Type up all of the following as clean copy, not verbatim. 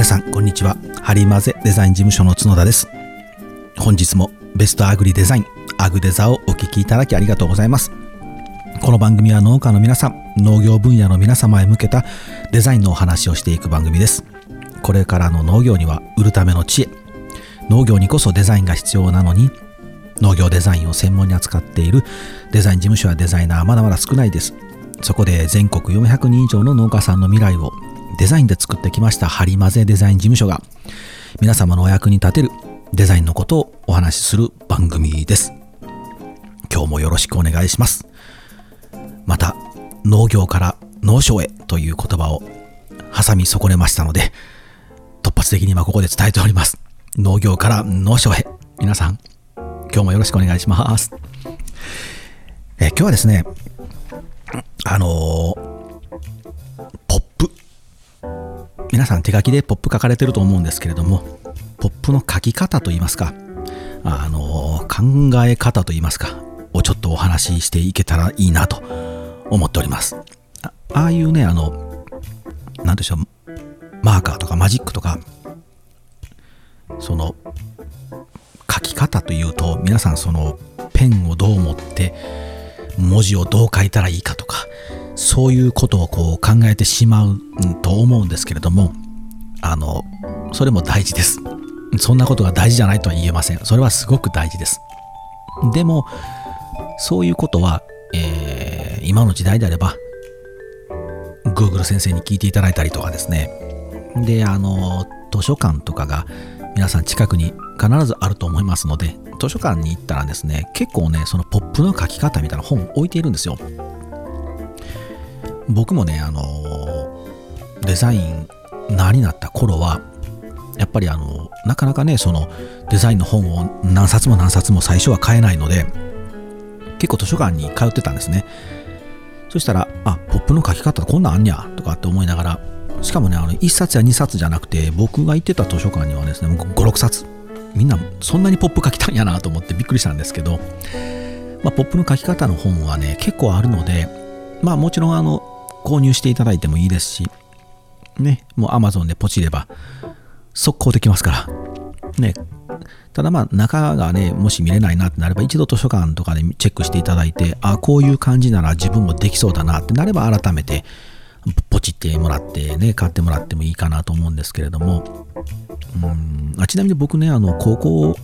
さんこんにちは。ハリマゼデザイン事務所の角田です。本日もベストアグリデザインアグデザをお聞きいただきありがとうございます。この番組は農家の皆さん、農業分野の皆様へ向けたデザインのお話をしていく番組です。これからの農業には売るための知恵、農業にこそデザインが必要なのに、農業デザインを専門に扱っているデザイン事務所やデザイナーはまだまだ少ないです。そこで全国400人以上の農家さんの未来をデザインで作ってきましたハリマゼデザイン事務所が、皆様のお役に立てるデザインのことをお話しする番組です。今日もよろしくお願いします。また農業から農商へという言葉を挟み損ねましたので、突発的に今ここで伝えております。農業から農商へ、皆さん今日もよろしくお願いします。今日はですね、ポップ、皆さん手書きでポップ書かれてると思うんですけれども、ポップの書き方といいますか、考え方といいますかをちょっとお話ししていけたらいいなと思っております。ああいうね、なんでしょう、マーカーとかマジックとか、その書き方というと、皆さんそのペンをどう持って文字をどう書いたらいいかとか、そういうことをこう考えてしまうと思うんですけれども、それも大事です。そんなことが大事じゃないとは言えません。それはすごく大事です。でもそういうことは、今の時代であれば Google 先生に聞いていただいたりとかですね、で図書館とかが皆さん近くに必ずあると思いますので、図書館に行ったらですね、結構ね、そのポップの書き方みたいな本置いているんですよ。僕もね、デザインなりなった頃はやっぱりなかなかね、そのデザインの本を何冊も最初は買えないので、結構図書館に通ってたんですね。そしたら、ポップの書き方こんなんあんにゃとかって思いながら、しかもね、1冊や2冊じゃなくて、僕が行ってた図書館にはですね、5、6冊、みんなそんなにポップ書きたんやなと思ってびっくりしたんですけど、ポップの書き方の本はね、結構あるので、もちろん購入していただいてもいいですしね、もう Amazon でポチれば速攻できますからね。ただ中がね、もし見れないなってなれば、一度図書館とかでチェックしていただいて、こういう感じなら自分もできそうだなってなれば、改めてポチってもらってね、買ってもらってもいいかなと思うんですけれども、ちなみに僕ね、高校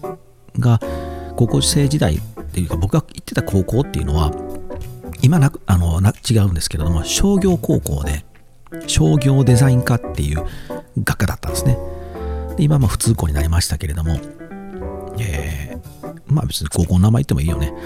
生時代っていうか、僕が行ってた高校っていうのは今違うんですけれども、商業高校で商業デザイン科っていう学科だったんですね。で今普通校になりましたけれども、別に高校の名前言ってもいいよね。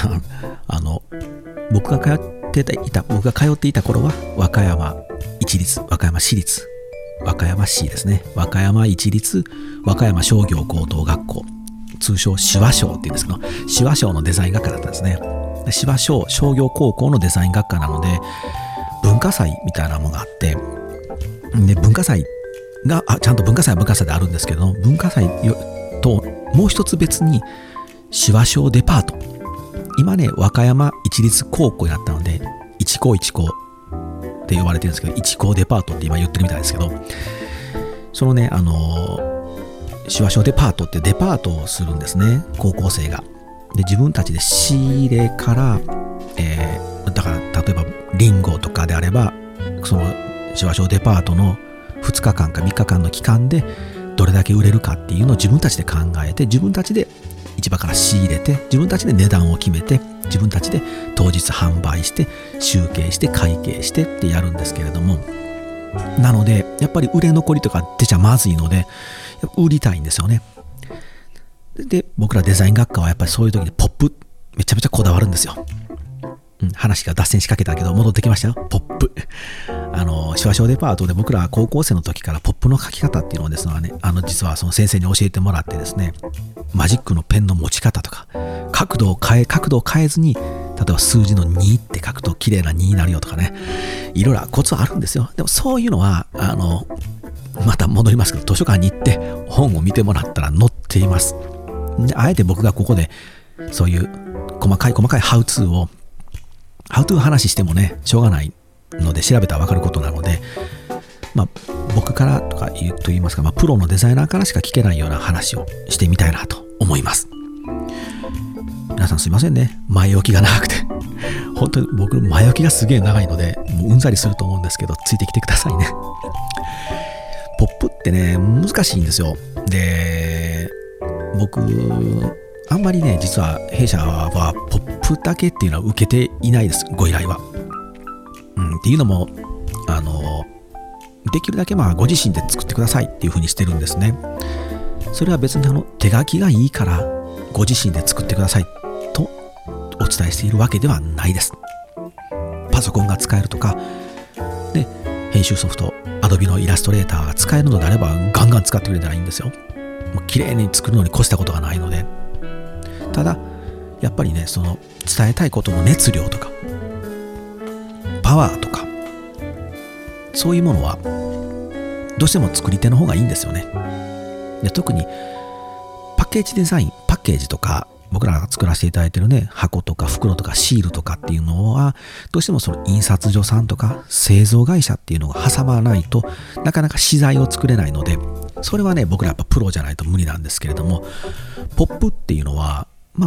僕が通っていた頃は和歌山一律、和歌山市立、和歌山市ですね、和歌山一律和歌山商業高等学校、通称紫和商っていうんですけど、紫和商のデザイン学科だったんですね。紫和商商業高校のデザイン学科なので、文化祭みたいなものがあって、で文化祭がちゃんと文化祭は文化祭であるんですけど、文化祭ともう一つ別に紫和商デパート、今ね和歌山一律高校になったので一高って呼ばれてるんですけど、一高デパートって今言ってるみたいですけど、そのね紫和商デパートってデパートをするんですね、高校生が。で自分たちで仕入れから、だから例えばリンゴとかであれば、その紫和商デパートの2日間か3日間の期間でどれだけ売れるかっていうのを自分たちで考えて、自分たちで市場から仕入れて、自分たちで値段を決めて、自分たちで当日販売して集計して会計してってやるんですけれども、なのでやっぱり売れ残りとか出ちゃまずいので売りたいんですよね。で僕らデザイン学科はやっぱりそういう時にポップめちゃめちゃこだわるんですよ。話が脱線しかけたけど戻ってきましたよ。ポップ、紫和商デパートで僕ら高校生の時からポップの書き方っていうのをですね、実はその先生に教えてもらってですね、マジックのペンの持ち方とか、角度を変えずに、例えば数字の2って書くと綺麗な2になるよとかね、いろいろコツあるんですよ。でもそういうのはまた戻りますけど、図書館に行って本を見てもらったら載っています。であえて僕がここでそういう細かいハウツー話してもねしょうがないので、調べたら分かることなので、 僕からとか言いますか、プロのデザイナーからしか聞けないような話をしてみたいなと思います。皆さんすいませんね、前置きが長くて本当に僕前置きがすげえ長いのでもううんざりすると思うんですけど、ついてきてくださいね。ポップってね難しいんですよ。で、僕あんまりね実は弊社はポップだけっていうのは受けていないです、ご依頼は。っていうのもできるだけご自身で作ってくださいっていう風にしてるんですね。それは別に手書きがいいからご自身で作ってくださいとお伝えしているわけではないです。パソコンが使えるとかで編集ソフト Adobe のイラストレーターが使えるのであればガンガン使ってくれたらいいんですよ。もう綺麗に作るのに越したことがないので。ただやっぱりね、その伝えたいことの熱量とかパワーとかそういうものはどうしても作り手の方がいいんですよね。で、特にパッケージデザイン、パッケージとか僕らが作らせていただいてるね、箱とか袋とかシールとかっていうのはどうしてもその印刷所さんとか製造会社っていうのが挟まないとなかなか資材を作れないので、それはね僕らやっぱプロじゃないと無理なんですけれども、ポップっていうのは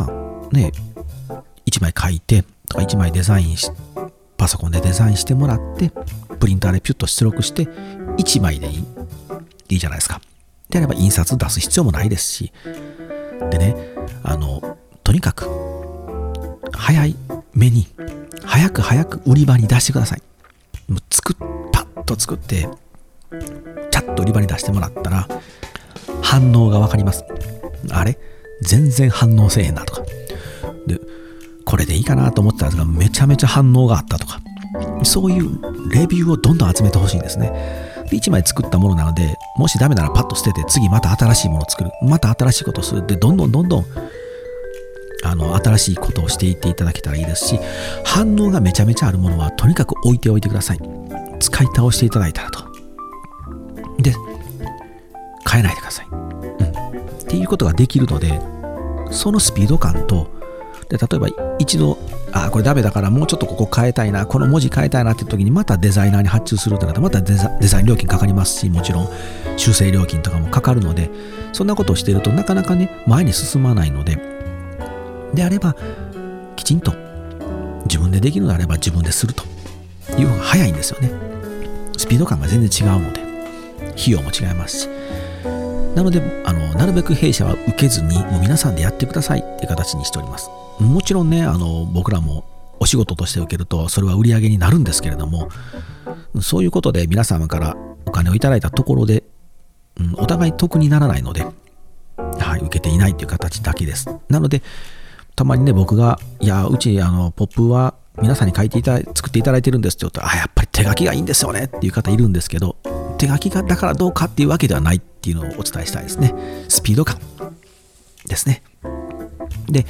1枚書いてとか1枚デザインしパソコンでデザインしてもらってプリンターでピュッと出力して1枚でいいじゃないですか。であれば印刷出す必要もないですし、でねとにかく早い目に早く売り場に出してください。もうパッと作ってチャッと売り場に出してもらったら反応が分かります。あれ全然反応せえへんなとかで、これでいいかなと思ってたんですがめちゃめちゃ反応があったとか、そういうレビューをどんどん集めてほしいんですね。で1枚作ったものなので、もしダメならパッと捨てて次また新しいものを作る、また新しいことをするで、どんどん新しいことをしていっていただけたらいいですし、反応がめちゃめちゃあるものはとにかく置いておいてください。使い倒していただいたらと。で変えないでください、っていうことができるので、そのスピード感とで、例えば一度これダメだからもうちょっとここ変えたいな、この文字変えたいなって時にまたデザイナーに発注するとなったらまたデザイン料金かかりますし、もちろん修正料金とかもかかるので、そんなことをしているとなかなかね前に進まないので、であればきちんと自分でできるのであれば自分でするという方が早いんですよね。スピード感が全然違うので費用も違いますし、なのでなるべく弊社は受けずにもう皆さんでやってくださいっていう形にしております。もちろんね僕らもお仕事として受けるとそれは売り上げになるんですけれども、そういうことで皆様からお金をいただいたところで、お互い得にならないので、受けていないという形だけです。なのでたまにね僕がうちポップは皆さんに作っていただいてるんですって言うと、やっぱり手書きがいいんですよねっていう方いるんですけど、手書きがだからどうかっていうわけではないっていうのをお伝えしたいですね。スピード感ですね。で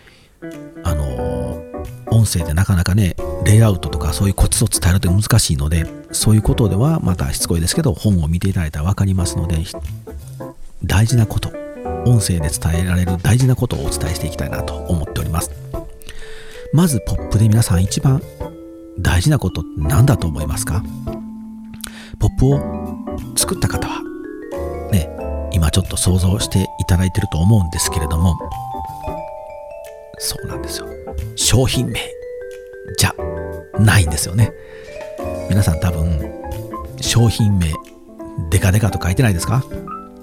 音声でなかなかねレイアウトとかそういうコツを伝えると難しいので、そういうことではまたしつこいですけど本を見ていただいたら分かりますので、大事なこと、音声で伝えられる大事なことをお伝えしていきたいなと思っております。まずポップで皆さん一番大事なことって何だと思いますか？ポップを作った方はね今ちょっと想像していただいてると思うんですけれども、そうなんですよ、商品名じゃないんですよね。皆さん多分商品名デカデカと書いてないですか？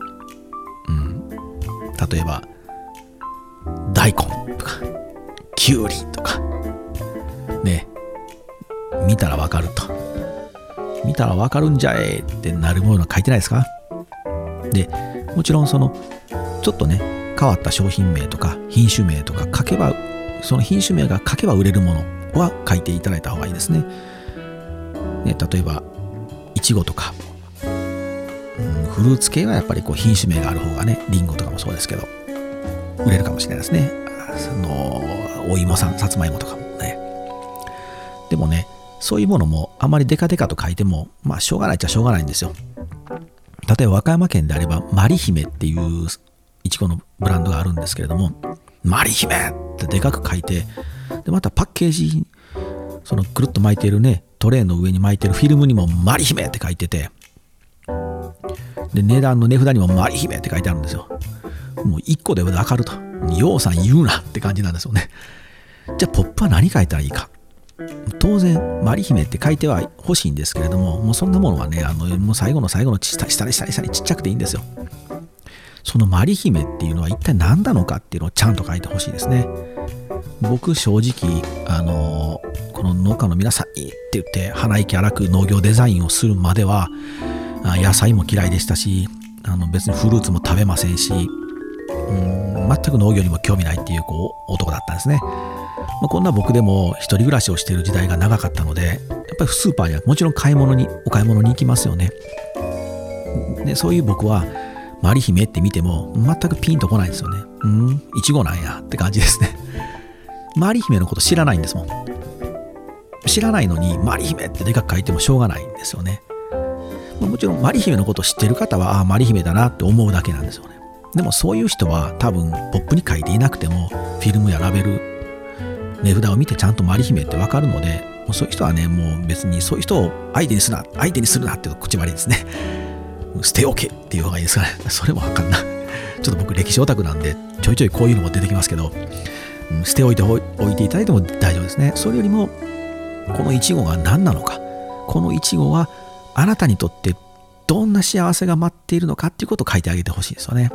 例えば大根とかきゅうりとかね、見たらわかると、見たらわかるんじゃえってなるものは書いてないですか？でもちろんそのちょっとね変わった商品名とか品種名とか書けば、その品種名が書けば売れるものは書いていただいた方がいいですね。例えばいちごとか、フルーツ系はやっぱり品種名がある方がね、リンゴとかもそうですけど売れるかもしれないですね。お芋さん、さつまいもとかもね。でもねそういうものもあまりデカデカと書いてもしょうがないっちゃしょうがないんですよ。例えば和歌山県であればマリ姫っていういちごのブランドがあるんですけれども、マリ姫ってでかく書いて、でまたパッケージそのくるっと巻いているねトレーの上に巻いてるフィルムにもマリ姫って書いてて、 で、値段の値札にもマリ姫って書いてあるんですよ。もう1個でわかると。ようさん言うなって感じなんですよね。じゃあポップは何書いたらいいか。当然マリ姫って書いては欲しいんですけれども、もうそんなものはね、もう最後の最後の下にちっちゃくていいんですよ。そのマリ姫っていうのは一体何なのかっていうのをちゃんと書いてほしいですね。僕正直この農家の皆さんにって言って鼻息荒く農業デザインをするまでは野菜も嫌いでしたし、別にフルーツも食べませんし、全く農業にも興味ないっていう男だったんですね。こんな僕でも一人暮らしをしている時代が長かったので、やっぱりスーパーにはもちろんお買い物に行きますよね。で、そういう僕はマリ姫って見ても全くピンとこないんですよね。いちごなんやって感じですね。マリ姫のこと知らないんですもん。知らないのにマリ姫ってでかく書いてもしょうがないんですよね。もちろんマリ姫のことを知ってる方はマリ姫だなって思うだけなんですよね。でもそういう人は多分ポップに書いていなくてもフィルムやラベル、値札を見てちゃんとマリ姫ってわかるので、もうそういう人はね、もう別にそういう人を相手にするなって口張りですね。捨ておけっていう方がいいですかね。それもわかんない。ちょっと僕歴史オタクなんでちょいちょいこういうのも出てきますけど、捨ておいていただいても大丈夫ですね。それよりもこのイチゴが何なのか、このイチゴはあなたにとってどんな幸せが待っているのかっていうことを書いてあげてほしいですよね。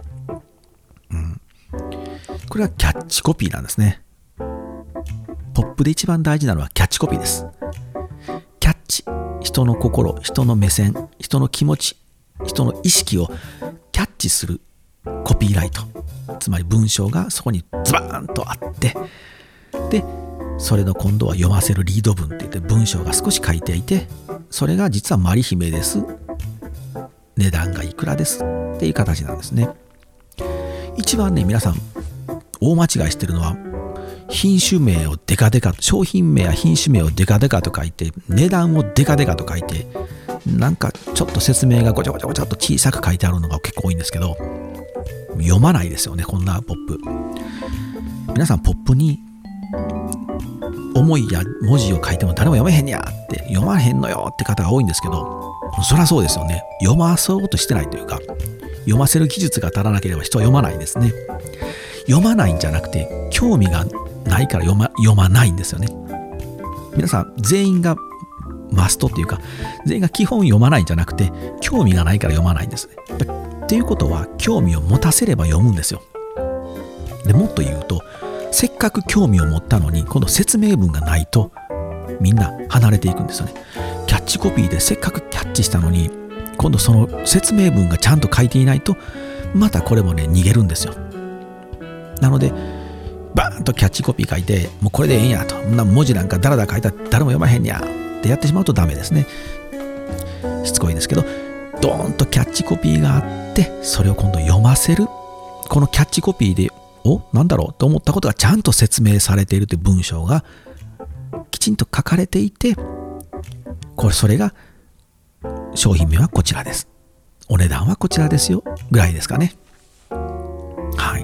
これはキャッチコピーなんですね。ポップで一番大事なのはキャッチコピーです。キャッチ、人の心、人の目線、人の気持ち、人の意識をキャッチするコピーライト、つまり文章がそこにズバーンとあって、でそれの今度は読ませるリード文って言って文章が少し書いていて、それが実はマリ姫です、値段がいくらですっていう形なんですね。一番ね、皆さん大間違いしてるのは、品種名をデカデカ、商品名や品種名をデカデカと書いて、値段をデカデカと書いて、なんかちょっと説明がごちゃごちゃごちゃっと小さく書いてあるのが結構多いんですけど、読まないですよね、こんなポップ。皆さんポップに思いや文字を書いても誰も読めへんやって、読まへんのよって方が多いんですけど、そりゃそうですよね。読まそうとしてないというか、読ませる技術が足らなければ人は読まないんですね。読まないんじゃなくて、興味がないから読まないんですよね。皆さん全員がマストっていうか、全員が基本読まないんじゃなくて、興味がないから読まないんですね。っていうことは、興味を持たせれば読むんですよ。でもっと言うと、せっかく興味を持ったのに今度説明文がないとみんな離れていくんですよね。キャッチコピーでせっかくキャッチしたのに、今度その説明文がちゃんと書いていないと、またこれもね、逃げるんですよ。なのでバーンとキャッチコピー書いて、もうこれでええんやと、文字なんかダラダラ書いたら誰も読まへんやってやってしまうとダメですね。しつこいですけど、ドーンとキャッチコピーがあって、それを今度読ませる。このキャッチコピーでなんだろうと思ったことがちゃんと説明されているという文章がきちんと書かれていて、それが商品名はこちらです、お値段はこちらですよぐらいですかね。はい。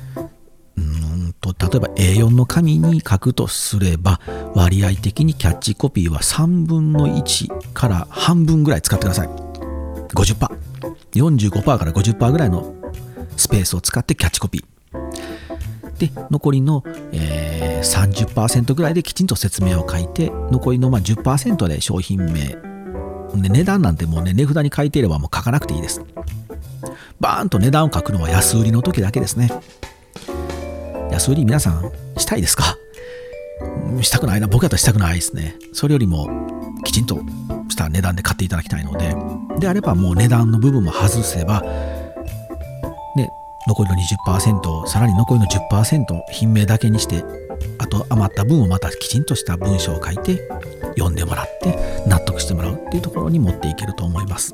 例えば A4 の紙に書くとすれば、割合的にキャッチコピーは3分の1から半分ぐらい使ってください。50%、45% から 50% ぐらいのスペースを使ってキャッチコピーで、残りの、30% ぐらいできちんと説明を書いて、残りの10% で商品名で、値段なんてもうね、値札に書いていればもう書かなくていいです。バーンと値段を書くのは安売りの時だけですね。安売り皆さんしたいですか？したくないな。僕だったらしたくないですね。それよりもきちんとした値段で買っていただきたいので、であればもう値段の部分も外せば、ね、残りの 20%、さらに残りの 10% 品名だけにして、あと余った分をまたきちんとした文章を書いて読んでもらって納得してもらうっていうところに持っていけると思います。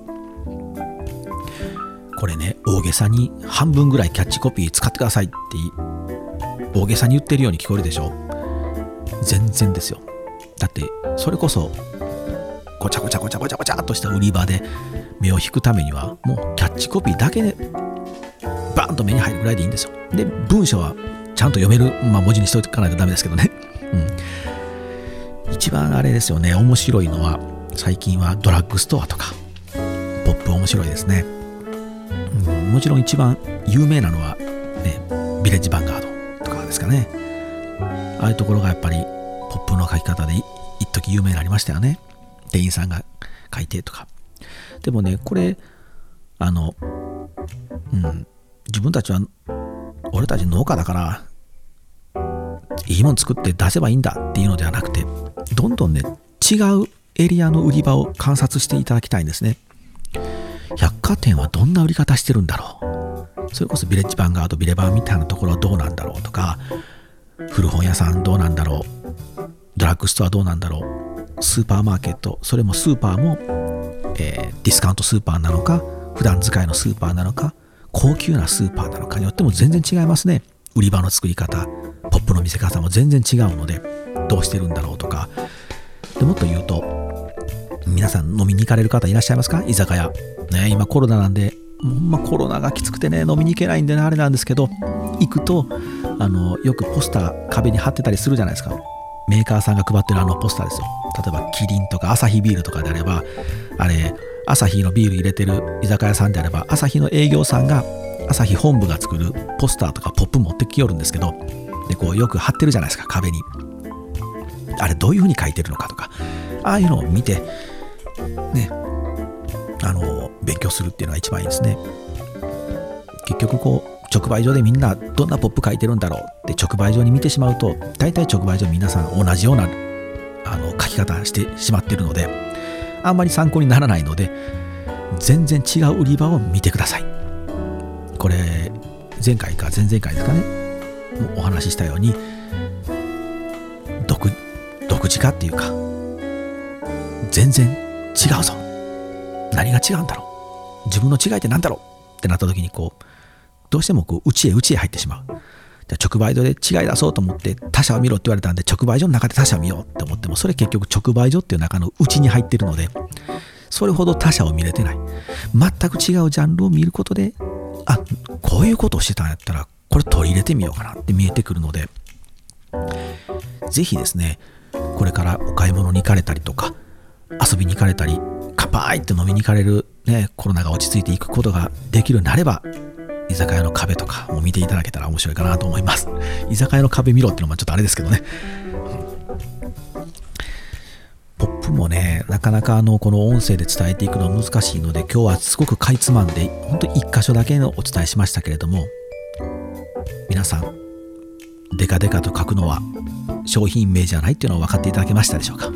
これね、大げさに半分ぐらいキャッチコピー使ってくださいって大げさに言ってるように聞こえるでしょ。全然ですよ。だってそれこそごちゃごちゃごちゃごちゃごちゃっとした売り場で目を引くためには、もうキャッチコピーだけでバーンと目に入るぐらいでいいんですよ。で、文章はちゃんと読める、文字にしておかないとダメですけどね。一番あれですよね、面白いのは、最近はドラッグストアとかポポップ面白いですね。もちろん一番有名なのは、ね、ビレッジヴァンガードとかですかね。ああいうところがやっぱりポップの書き方で一時有名になりましたよね。店員さんが書いてとか。でもね、これ自分たちは俺たち農家だからいいもん作って出せばいいんだっていうのではなくて、どんどんね違うエリアの売り場を観察していただきたいんですね。百貨店はどんな売り方してるんだろう、それこそビレッジヴァンガード、ビレバンみたいなところはどうなんだろうとか、古本屋さんどうなんだろう、ドラッグストアどうなんだろう、スーパーマーケット、それもスーパーも、ディスカウントスーパーなのか、普段使いのスーパーなのか、高級なスーパーなのかによっても全然違いますね。売り場の作り方、ポップの見せ方も全然違うので、どうしてるんだろうとか。でもっと言うと、皆さん飲みに行かれる方いらっしゃいますか？居酒屋ね、今コロナなんで、コロナがきつくてね、飲みに行けないんでね、あれなんですけど、行くとよくポスター壁に貼ってたりするじゃないですか。メーカーさんが配ってるポスターですよ。例えばキリンとかアサヒビールとかであれば、あれアサヒのビール入れてる居酒屋さんであれば、アサヒの営業さんがアサヒ本部が作るポスターとかポップ持ってきよるんですけど、でこうよく貼ってるじゃないですか、壁に。あれどういう風に書いてるのかとか、ああいうのを見てね、勉強するっていうのが一番いいですね。結局こう直売所でみんなどんなポップ書いてるんだろうって直売所に見てしまうと、大体直売所皆さん同じような書き方してしまってるので、あんまり参考にならないので、全然違う売り場を見てください。これ前回か前々回ですかね、お話ししたように独自化っていうか、全然違うぞ、何が違うんだろう、自分の違いって何だろうってなった時に、こうどうしてもこう内へ入ってしまう。じゃあ直売所で違い出そうと思って他社を見ろって言われたんで、直売所の中で他社を見ようって思っても、それ結局直売所っていう中の内に入ってるので、それほど他社を見れてない。全く違うジャンルを見ることで、あ、こういうことをしてたんやったらこれ取り入れてみようかなって見えてくるので、ぜひですね、これからお買い物に行かれたりとか遊びに行かれたり、乾杯って飲みに行かれるね、コロナが落ち着いていくことができるようになれば、居酒屋の壁とかも見ていただけたら面白いかなと思います。居酒屋の壁見ろっていうのもちょっとあれですけどね。ポップもね、なかなかこの音声で伝えていくのは難しいので、今日はすごくかいつまんで本当に一箇所だけのお伝えしましたけれども、皆さんデカデカと書くのは商品名じゃないっていうのを分かっていただけましたでしょうか。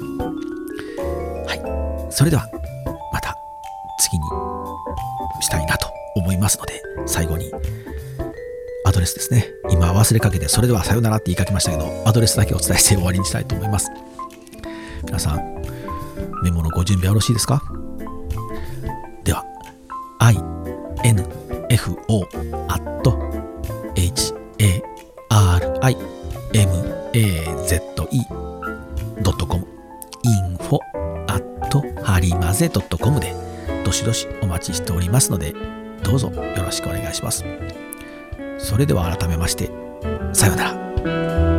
はい、それではまた次にしたいなと思いますので、最後にアドレスですね。今忘れかけてそれではさよならって言いかけましたけど、アドレスだけお伝えして終わりにしたいと思います。皆さんメモのご準備はよろしいですか？では info@harimaze.com info@harimaze.com でどしどしお待ちしておりますので、どうぞよろしくお願いします。それでは改めまして、さようなら。